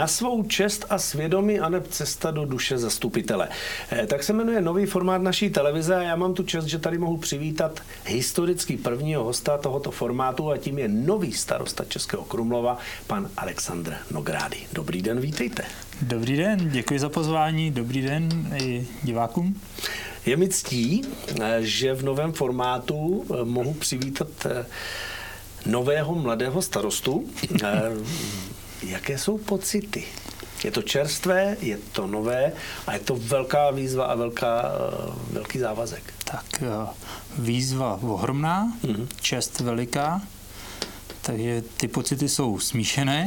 Na svou čest a svědomí aneb cesta do duše zastupitele. Tak se jmenuje nový formát naší televize a já mám tu čest, že tady mohu přivítat historicky prvního hosta tohoto formátu a tím je nový starosta Českého Krumlova, pan Alexandr Nogrády. Dobrý den, vítejte. Dobrý den, děkuji za pozvání, dobrý den i divákům. Je mi ctí, že v novém formátu mohu přivítat nového mladého starostu. Jaké jsou pocity? Je to čerstvé, je to nové a je to velká výzva a velký závazek. Tak výzva ohromná, čest veliká, takže ty pocity jsou smíšené.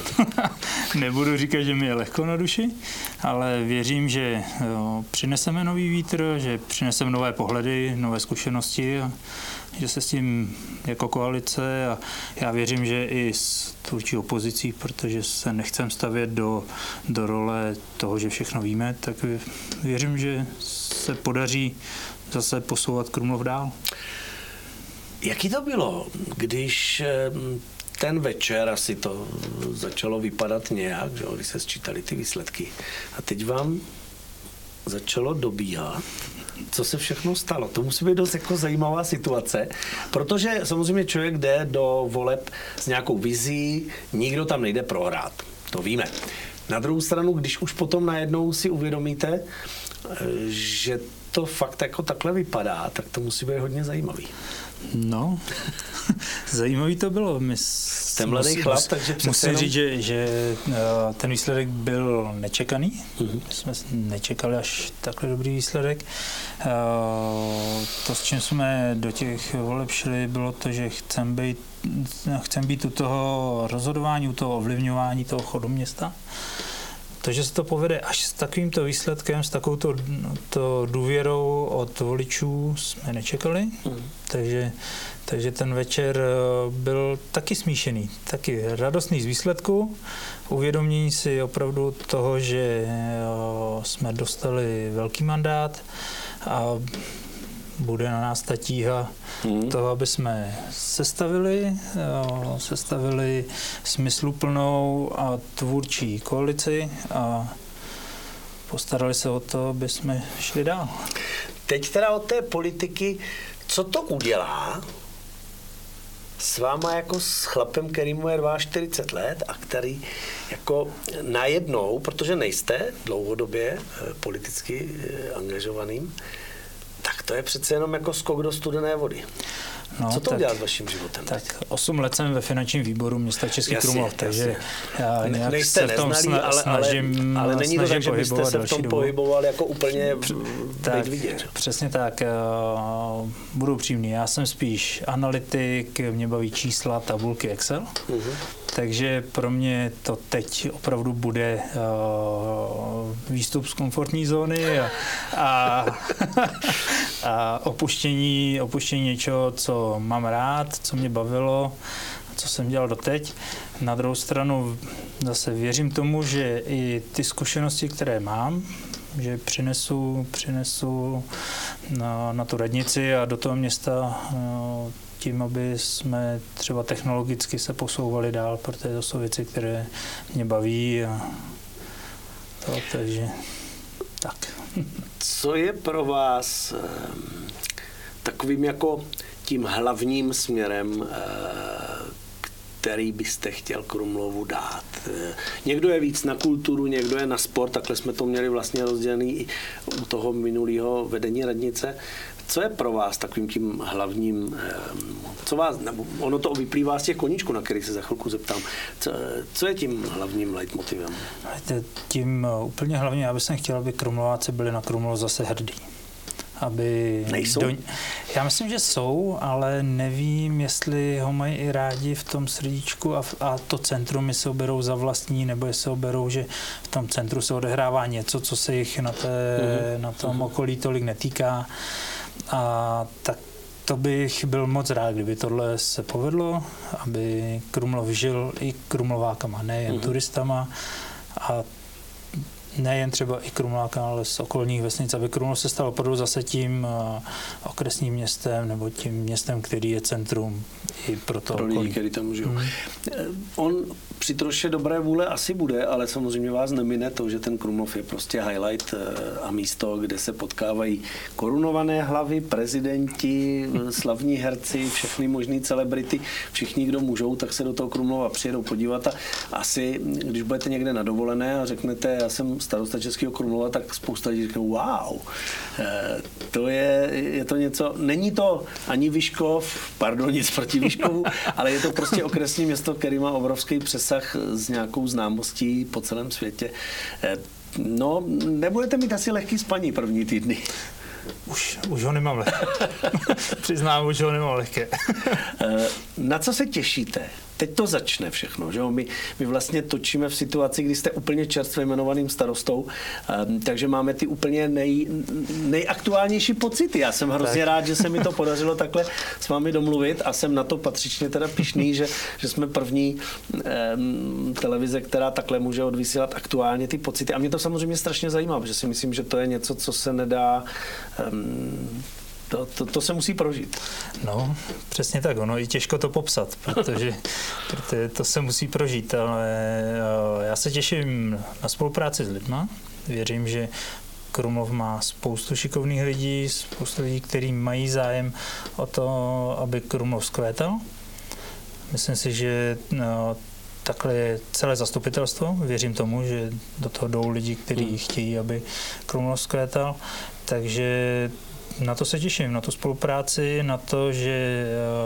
Nebudu říkat, že mi je lehko na duši, ale věřím, že přineseme nový vítr, že přineseme nové pohledy, nové zkušenosti a že se s tím jako koalice a já věřím, že i s tvůrčí opozicí, protože se nechcem stavět do role toho, že všechno víme, tak věřím, že se podaří zase posouvat Krumlov dál. Jaký to bylo, když ten večer asi to začalo vypadat nějak, že, když se sčítali ty výsledky a teď vám začalo dobíhat, co se všechno stalo. To musí být dost jako zajímavá situace, protože samozřejmě člověk jde do voleb s nějakou vizí, nikdo tam nejde prohrát, to víme. Na druhou stranu, když už potom najednou si uvědomíte, že to fakt jako takhle vypadá, tak to musí být hodně zajímavý. No, zajímavý to bylo. Jste mladý chlap, takže musím říct, že ten výsledek byl nečekaný. My jsme nečekali až takhle dobrý výsledek. To, s čím jsme do těch voleb šli, bylo to, že chcem být u toho rozhodování, u toho ovlivňování toho chodu města. To, že se to povede až s takovýmto výsledkem, s takovouto důvěrou od voličů jsme nečekali. Takže ten večer byl taky smíšený, taky radostný z výsledku, uvědomění si opravdu toho, že jsme dostali velký mandát a bude na nás ta tíha toho, aby jsme sestavili smysluplnou a tvůrčí koalici a postarali se o to, aby jsme šli dál. Teď teda od té politiky, co to udělá s váma jako s chlapem, který mu je 42 let a který jako najednou, protože nejste dlouhodobě politicky angažovaným, tak to je přece jenom jako skok do studené vody. No, co to udělá s vaším životem? Tak 8 let jsem ve finančním výboru města Český Krumlov, takže já nějak nejste se v tom snažím ale není to tak, že byste se v tom pohyboval jako úplně tak, vidět. Přesně tak. Budu upřímný. Já jsem spíš analytik, mě baví čísla, tabulky, Excel. Takže pro mě to teď opravdu bude výstup z komfortní zóny a opuštění něčeho, co mám rád, co mě bavilo, co jsem dělal doteď. Na druhou stranu zase věřím tomu, že i ty zkušenosti, které mám, že přinesu na tu radnici a do toho města tím, aby jsme třeba technologicky se posouvali dál, protože to jsou věci, které mě baví a to, takže tak. Co je pro vás takovým jako tím hlavním směrem, který byste chtěl Krumlovu dát? Někdo je víc na kulturu, někdo je na sport, takhle jsme to měli vlastně rozdělený i u toho minulého vedení radnice. Co je pro vás takovým tím hlavním, ono to vyplývá z těch koníčků, na kterých se za chvilku zeptám, co je tím hlavním leitmotivem? Tím úplně hlavně, já bych chtěl, aby Krumlováci byli na Krumlov zase hrdí. Nejsou? Já myslím, že jsou, ale nevím, jestli ho mají i rádi v tom srdíčku a to centrum, jestli ho berou za vlastní, nebo jestli ho berou, že v tom centru se odehrává něco, co se jich na tom okolí tolik netýká. A tak to bych byl moc rád, kdyby tohle se povedlo, aby Krumlov žil i Krumlovákama, nejen turistama. A nejen třeba i Krumláka, ale z okolních vesnic, aby Krumlov se stal opravdu zase tím okresním městem nebo tím městem, který je centrum i pro to okolí. Pro lidi, který tam žijou. On při troše dobré vůle asi bude, ale samozřejmě vás nemine to, že ten Krumlov je prostě highlight a místo, kde se potkávají korunované hlavy, prezidenti, slavní herci, všechny možný celebrity, všichni, kdo můžou, tak se do toho Krumlova přijedou podívat a asi, když budete někde na dovolené a řeknete, já jsem starosta Českého Krumlova, tak spousta lidí řekne, wow, to je to něco, není to ani Vyškov, pardon, nic proti Vyškovu, ale je to prostě okresní město, který má obrovský přesah s nějakou známostí po celém světě. No, nebudete mít asi lehký spaní první týdny. Už ho nemám lehké. Přiznám, už ho nemám lehké. Na co se těšíte? Teď to začne všechno, že jo? My vlastně točíme v situaci, kdy jste úplně čerstvě jmenovaným starostou, takže máme ty úplně nejaktuálnější pocity. Já jsem hrozně rád, že se mi to podařilo takhle s vámi domluvit a jsem na to patřičně teda pyšný, že jsme první televize, která takhle může odvysílat aktuálně ty pocity. A mě to samozřejmě strašně zajímá, protože si myslím, že to je něco, co se nedá... To se musí prožít. No, přesně tak. Ono je těžko to popsat, protože to se musí prožít, ale já se těším na spolupráci s lidma. Věřím, že Krumlov má spoustu šikovných lidí, spoustu lidí, kteří mají zájem o to, aby Krumlov vzkvétal. Myslím si, že takhle je celé zastupitelstvo. Věřím tomu, že do toho jdou lidi, kteří chtějí, aby Krumlov vzkvétal. Takže na to se těším, na tu spolupráci, na to, že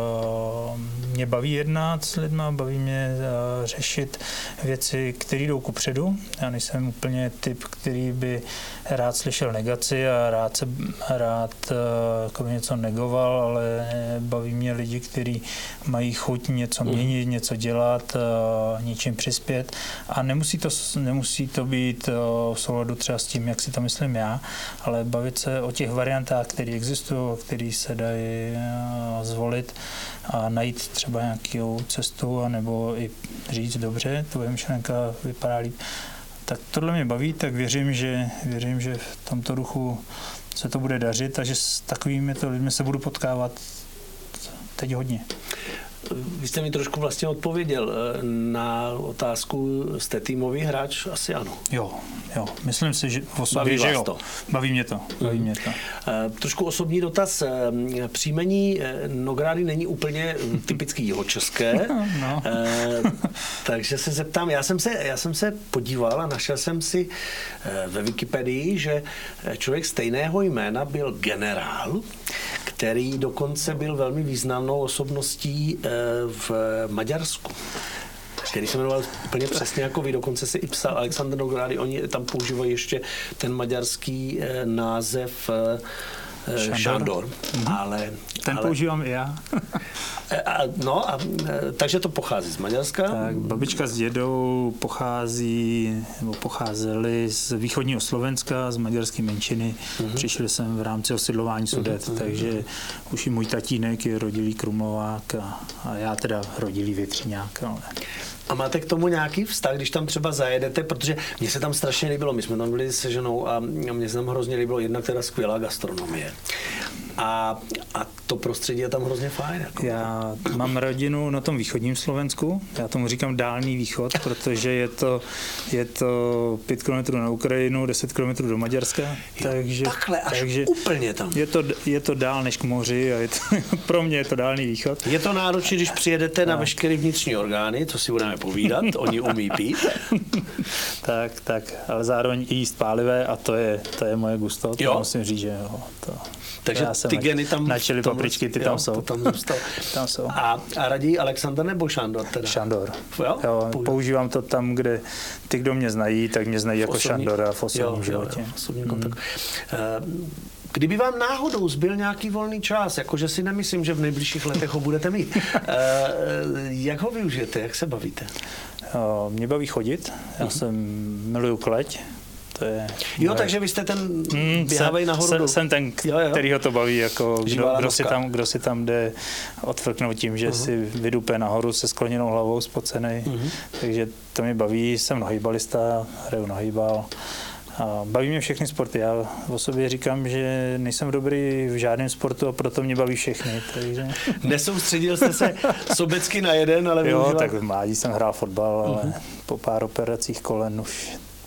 mě baví jednat s lidma, baví mě řešit věci, které jdou kupředu. Já nejsem úplně typ, který by rád slyšel negaci a rád jako něco negoval, ale baví mě lidi, kteří mají chuť něco měnit, něco dělat, něčím přispět a nemusí to být v souladu třeba s tím, jak si to myslím já, ale bavit se o těch variantách, které existují, které se dají zvolit a najít třeba nějakou cestu, nebo i říct dobře, tvoje myšlenka vypadá líp. Tak tohle mě baví, tak věřím, že v tomto duchu se to bude dařit a že s takovými lidmi se budu potkávat teď hodně. Vy jste mi trošku vlastně odpověděl na otázku, jste týmový hráč? Asi ano. Jo. Myslím si, že v osobě, že jo. Baví mě to. Trošku osobní dotaz. Příjmení Nogrády není úplně typický jihočeské, no. Takže se zeptám, já jsem se podíval a našel jsem si ve Wikipedii, že člověk stejného jména byl generál, který dokonce byl velmi významnou osobností v Maďarsku, který se jmenoval úplně přesně jako vy, dokonce se i psal Alexander Nogrády, oni tam používají ještě ten maďarský název Šandor. Ale používám i já. Takže to pochází z Maďarska? Tak, babička s dědou pocházeli z východního Slovenska, z maďarské menšiny. Přišli sem v rámci osidlování Sudet, takže už i můj tatínek je rodilý Krumlovák a já teda rodilý Větřiňák. Ale... A máte k tomu nějaký vztah, když tam třeba zajedete, protože mně se tam strašně líbilo, my jsme tam byli se ženou a mně se tam hrozně líbilo, jednak teda skvělá gastronomie. A to prostředí je tam hrozně fajn. Jako. Já mám rodinu na tom východním Slovensku, já tomu říkám dálný východ, protože je to 5 km na Ukrajinu, 10 km do Maďarska. Takže úplně tam. Je to dál než k moři a pro mě je to dálný východ. Je to náročné, když přijedete na veškeré vnitřní orgány, to si budeme povídat, oni umí pít. tak, ale zároveň i jíst pálivé a to je moje gusto, to musím říct, že jo. Takže ty geny tam... Načili papričky, ty tam jsou. Tam jsou. A raději Alexander nebo Šandor teda? Šandor. Jo, používám to tam, kde ty, kdo mě znají, tak mě znají jako Šandora v osobním životě. Kdyby vám náhodou zbyl nějaký volný čas, jakože si nemyslím, že v nejbližších letech ho budete mít, jak ho využijete, jak se bavíte? Mě baví chodit, já miluju kleť. Takže vy jste ten běhavej nahoru. Jsem ten, který ho to baví, jako kdo si tam jde odfrknout tím, že si vydupe nahoru se skloněnou hlavou spocenej. Takže to mě baví, jsem nohejbalista, hraju nohejbal A baví mě všechny sporty. Já o sobě říkám, že nejsem dobrý v žádném sportu a proto mě baví všechny. Takže... Nesoustředil jste se sobecky na jeden, ale jo, tak v mládí jsem hrál fotbal, ale po pár operacích kolen už.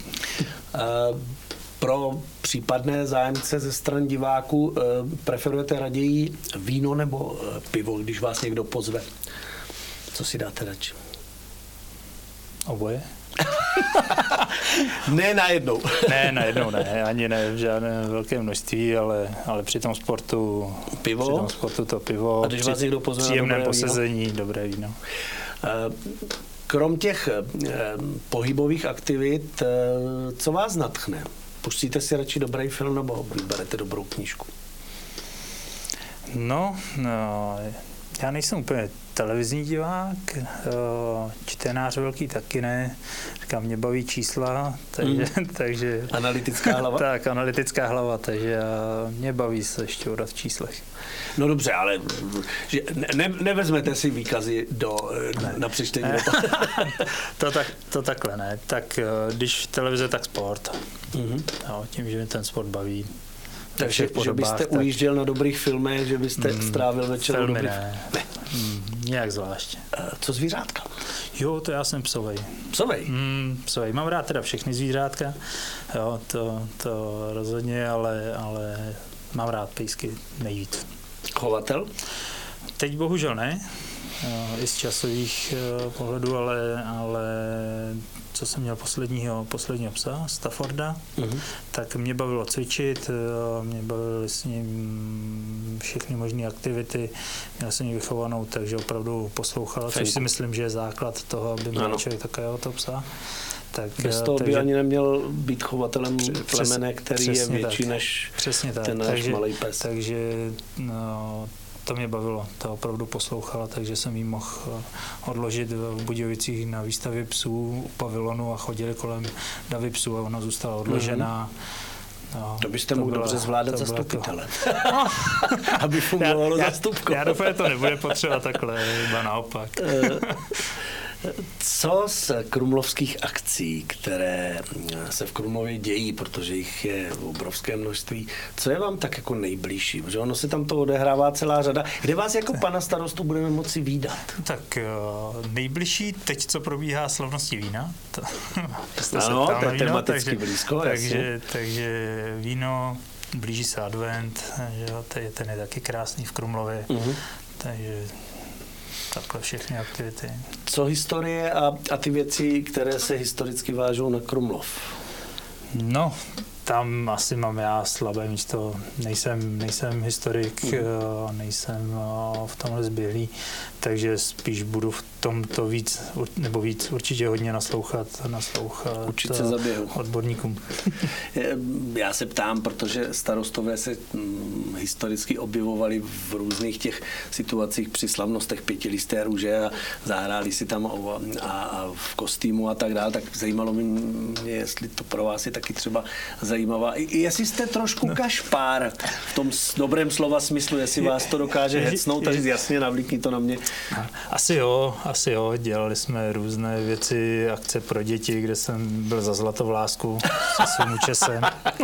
Pro případné zájemce ze stran diváků preferujete raději víno nebo pivo, když vás někdo pozve? Co si dáte radši? Oboje? Ne najednou. Ne, najednou ne, ani ne v žádném velkém množství, ale při tom sportu pivo? Při tom sportu to pivo. A když vás někdo pozve na dobré posezení, dobré víno. Krom těch pohybových aktivit, co vás nadchne? Pustíte si radši dobrý film nebo vyberete dobrou knížku? No, já nejsem úplně televizní divák, čtenář velký taky ne, říkám, mě baví čísla, takže analytická hlava? Tak, analytická hlava, takže mě baví se šťourat v číslech. No dobře, ale nevezmete si výkazy na přečtení? To takhle ne, tak když televize, tak sport. No, tím, že mě ten sport baví. Takže že byste ujížděl na dobrých filmech, že byste strávil večer na dobrých... Ne. Nějak zvlášť. Co zvířátka? Jo, to já jsem psovej. Psovej? Psovej. Mám rád teda všechny zvířátka, jo, to rozhodně, ale mám rád pejsky nejvíc. Chovatel? Teď bohužel ne, i z časových pohledů, ale co jsem měl posledního psa, Stafforda, tak mě bavilo cvičit, mě bavily s ním všechny možné aktivity, měl jsem ji vychovanou, takže opravdu poslouchal, což si myslím, že je základ toho, aby měl člověk takového psa. Tak, bez toho by ani neměl být chovatelem plemene, který je větší než ten náš malej pes. Takže to mě bavilo, to opravdu poslouchala, takže jsem jí mohl odložit v Budějovicích na výstavě psů u pavilonu a chodili kolem davy psů a ona zůstala odložená. No, to byste mohl dobře zvládat zastupitele. Aby fungovalo zastupko. Já doufám, že to nebude potřeba takhle, iba naopak. Co z krumlovských akcí, které se v Krumlově dějí, protože jich je obrovské množství, co je vám tak jako nejbližší? Protože ono se tam to odehrává celá řada. Kde vás jako pana starostu budeme moci vídat? Tak nejbližší teď, co probíhá slavnosti vína. Ano, to je tematicky blízko. Takže víno, blíží se advent, že ten je taky krásný v Krumlově. Takže takhle všechny aktivity. Co historie a ty věci, které se historicky vážou na Krumlov? No, tam asi mám já slabé místo. Nejsem historik, nejsem v tomhle zběhlý, takže spíš budu v tomto víc určitě hodně naslouchat učit se zaběhu odborníkům. Já se ptám, protože starostové se historicky objevovali v různých těch situacích při slavnostech Pětilisté růže a zahráli si tam a v kostýmu a tak dále, tak zajímalo mě, jestli to pro vás je taky třeba zajímavá. Jestli jste trošku kašpár v tom dobrém slova smyslu, jestli vás to dokáže hecnout, takže jasně navlíkni to na mě. Asi jo. Dělali jsme různé věci, akce pro děti, kde jsem byl za zlatovlásku se svým účesem.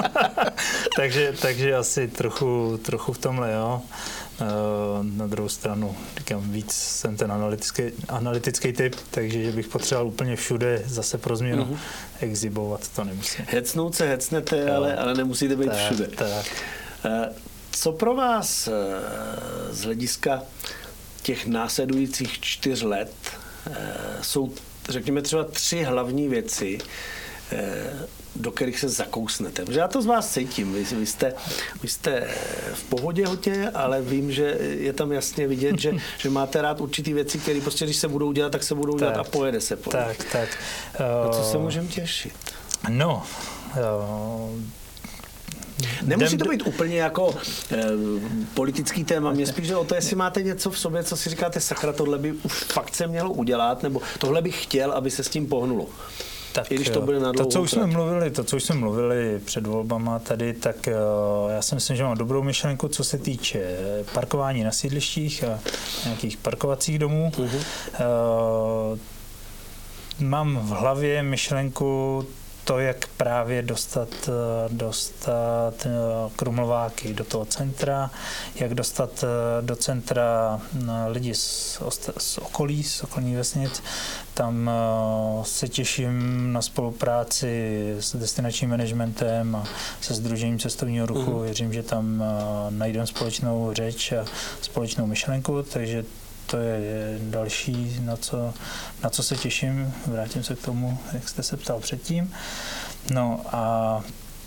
takže asi trochu v tomhle, jo. Na druhou stranu, říkám, víc jsem ten analytický typ, takže že bych potřeboval úplně všude zase pro změnu exhibovat, to nemusím. Hecnout se hecnete, ale nemusíte být všude. Tak. Co pro vás z hlediska těch následujících 4 let jsou, řekněme, třeba 3 hlavní věci, do kterých se zakousnete? Protože já to z vás cítím. Vy jste v pohodě hodně, ale vím, že je tam jasně vidět, že máte rád určitý věci, které prostě, když se budou dělat, tak se budou dělat a pojede se po nich. Tak. Na co se můžeme těšit? No, nemusí to být úplně jako politický téma. Mě spíš jde o to, jestli máte něco v sobě, co si říkáte, sakra, tohle by už fakt se mělo udělat, nebo tohle bych chtěl, aby se s tím pohnulo. Tak, i když to bude na dlouhou to, co už jsme mluvili před volbama tady, tak já si myslím, že mám dobrou myšlenku, co se týče parkování na sídlištích a nějakých parkovacích domů. Mám v hlavě myšlenku to, jak právě dostat Krumlováky do toho centra, jak dostat do centra lidi z okolí, z okolních vesnic. Tam se těším na spolupráci s destinačním managementem a se Sdružením cestovního ruchu. Věřím, že tam najdeme společnou řeč a společnou myšlenku, takže to je další, na co se těším. Vrátím se k tomu, jak jste se ptal předtím. No a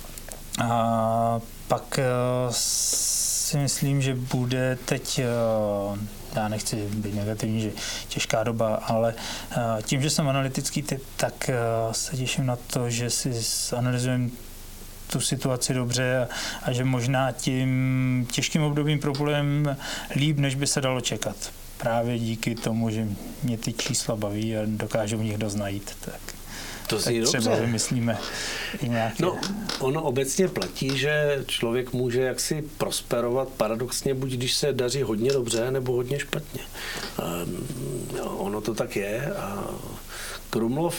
pak si myslím, že bude teď, já nechci být negativní, že těžká doba, ale tím, že jsem analytický typ, tak se těším na to, že si analyzujeme tu situaci dobře a že možná tím těžkým obdobím problémem líp, než by se dalo čekat. Právě díky tomu, že mě ty čísla baví a dokážu v nich dost najít. Tak třeba vymyslíme i nějaké... No, ono obecně platí, že člověk může jaksi prosperovat paradoxně, buď když se daří hodně dobře, nebo hodně špatně. Ono to tak je a Krumlov,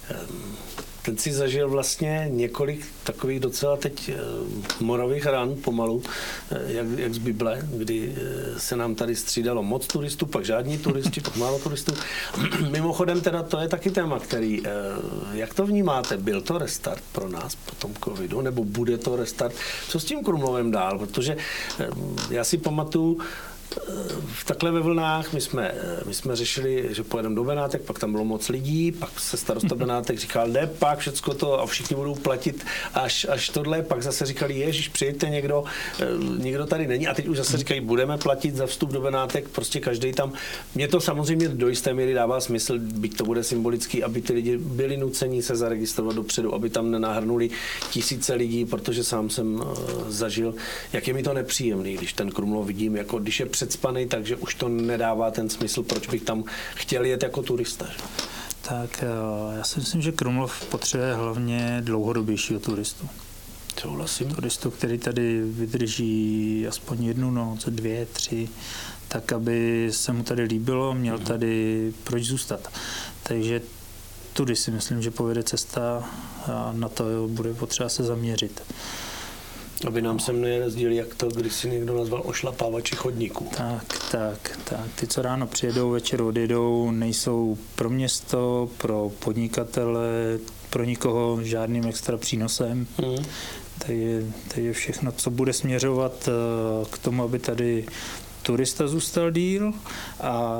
ten si zažil vlastně několik takových docela teď moravých ran pomalu, jak z Bible, kdy se nám tady střídalo moc turistů, pak žádní turisti, pak málo turistů. Mimochodem teda to je taky téma, který, jak to vnímáte, byl to restart pro nás po tom covidu, nebo bude to restart? Co s tím Krumlovem dál? Protože já si pamatuju, takhle ve vlnách my jsme řešili, že pojedeme do Benátek, pak tam bylo moc lidí, pak se starosta Benátek říkal, ne, pak všecko to a všichni budou platit až tohle, pak zase říkali, ježiš, přijďte někdo tady není a teď už zase říkají, budeme platit za vstup do Benátek, prostě každý tam. Mně to samozřejmě do jisté míry dává smysl, byť to bude symbolický, aby ty lidi byli nuceni se zaregistrovat dopředu, aby tam nenahrnuli tisíce lidí, protože sám jsem zažil, jak je mi to nepříjemný, když ten Krumlov vidím, jako když je předspaný, takže už to nedává ten smysl, proč bych tam chtěl jet jako turista. Že? Tak já si myslím, že Krumlov potřebuje hlavně dlouhodobějšího turistu. Souhlasím. Turistu, který tady vydrží aspoň 1 noc, 2, 3, tak, aby se mu tady líbilo, měl tady proč zůstat. Takže tudy si myslím, že povede cesta a na to bude potřeba se zaměřit. Aby nám sem nejezdili, jak to když si někdo nazval ošlapávači chodníků. Tak. Ty, co ráno přijedou, večer odjedou, nejsou pro město, pro podnikatele, pro nikoho žádným extra přínosem. Takže všechno, co bude směřovat k tomu, aby tady turista zůstal díl a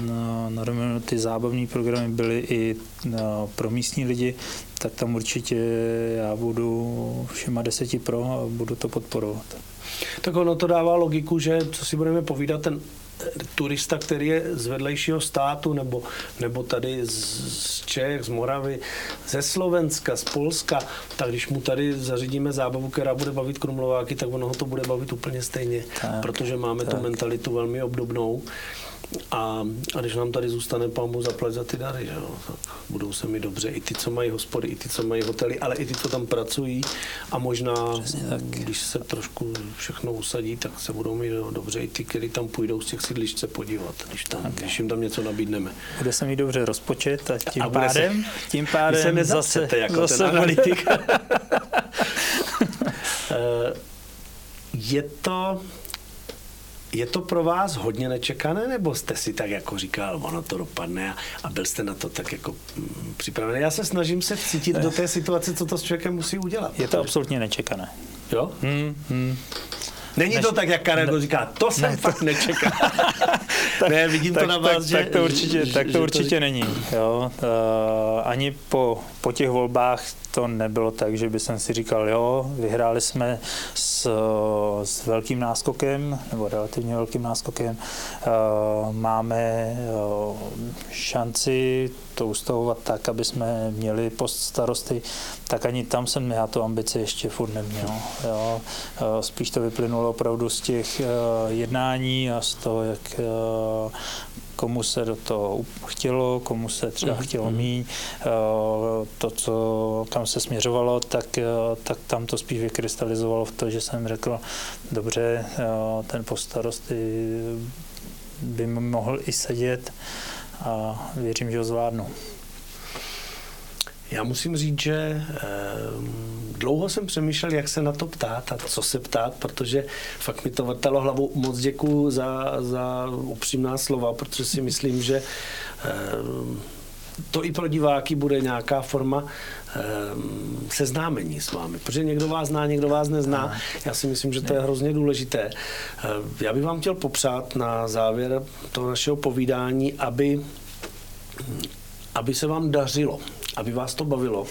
na ty zábavní programy byly i pro místní lidi, tak tam určitě já budu všema 10 pro a budu to podporovat. Tak ono to dává logiku, že co si budeme povídat, ten turista, který je z vedlejšího státu nebo tady z Čech, z Moravy, ze Slovenska, z Polska, tak když mu tady zařídíme zábavu, která bude bavit Krumlováky, tak ono ho to bude bavit úplně stejně, protože máme tu mentalitu velmi obdobnou. A když nám tady zůstane pán Bůh zaplať za ty dary, že jo, tak budou se mi dobře i ty, co mají hospody, i ty, co mají hotely, ale i ty, co tam pracují a možná, když se trošku všechno usadí, tak se budou mít dobře i ty, kteří tam půjdou z těch sídlišť se podívat, když jim tam něco nabídneme. Bude se mít dobře rozpočet a tím pádem se zase ten analytik. Je to pro vás hodně nečekané, nebo jste si tak jako říkal, ono to dopadne a byl jste na to tak jako připravený? Já se snažím se vcítit do té situace, co to s člověkem musí udělat. Je to absolutně nečekané. Jo? Není to tak, jak Karel říká, to jsem fakt nečekal. Ne, vidím to na vás, že... Tak to určitě není. Jo. Ani po těch volbách to nebylo tak, že by jsem si říkal, jo, vyhráli jsme s velkým náskokem, nebo relativně velkým náskokem, máme šanci to ustavovat tak, aby jsme měli post starosty, tak ani tam jsem já tu ambici ještě furt neměl. Jo. Spíš to vyplynulo opravdu z těch jednání a z toho, jak komu se do toho chtělo, komu se třeba chtělo míň, to, kam se směřovalo, tak tam to spíš vykrystalizovalo v to, že jsem řekl, dobře, ten post starosty by mohl i sedět a věřím, že ho zvládnu. Já musím říct, že dlouho jsem přemýšlel, jak se na to ptát a co se ptát, protože fakt mi to vrtalo hlavu. Moc děkuju za upřímná slova, protože si myslím, že to i pro diváky bude nějaká forma seznámení s vámi, protože někdo vás zná, někdo vás nezná. Já si myslím, že to je hrozně důležité. Já bych vám chtěl popřát na závěr toho našeho povídání, aby se vám dařilo, aby vás to bavilo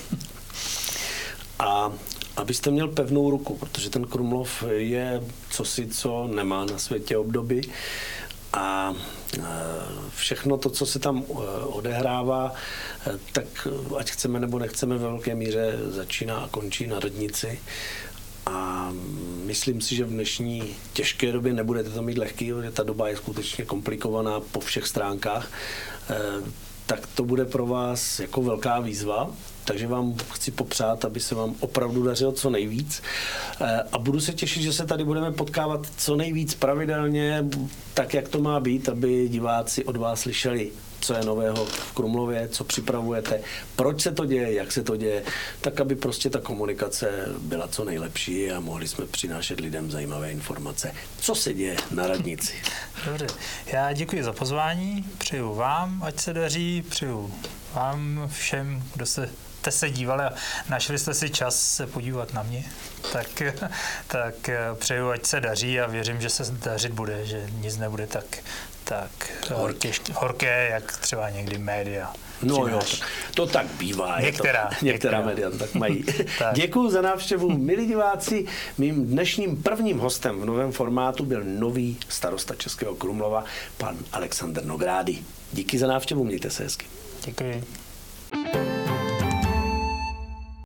a abyste měl pevnou ruku, protože ten Krumlov je cosi, co nemá na světě obdoby a všechno to, co se tam odehrává, tak ať chceme nebo nechceme, ve velké míře začíná a končí na Radnici. A myslím si, že v dnešní těžké době nebudete to mít lehký, protože ta doba je skutečně komplikovaná po všech stránkách, tak to bude pro vás jako velká výzva. Takže vám chci popřát, aby se vám opravdu dařilo co nejvíc. A budu se těšit, že se tady budeme potkávat co nejvíc pravidelně, tak jak to má být, aby diváci od vás slyšeli, co je nového v Krumlově, co připravujete, proč se to děje, jak se to děje, tak aby prostě ta komunikace byla co nejlepší a mohli jsme přinášet lidem zajímavé informace, co se děje na Radnici. Dobře, já děkuji za pozvání, přeju vám, ať se daří, přeju vám všem, kdo jste se dívali a našli jste si čas se podívat na mě, tak přeju, ať se daří a věřím, že se dařit bude, že nic nebude tak horké, jak třeba někdy média. No jo, to tak bývá. Některá média to tak mají. Tak. Děkuji za návštěvu, milí diváci. Mým dnešním prvním hostem v novém formátu byl nový starosta Českého Krumlova, pan Alexander Nogrády. Díky za návštěvu, mějte se hezky. Děkuji.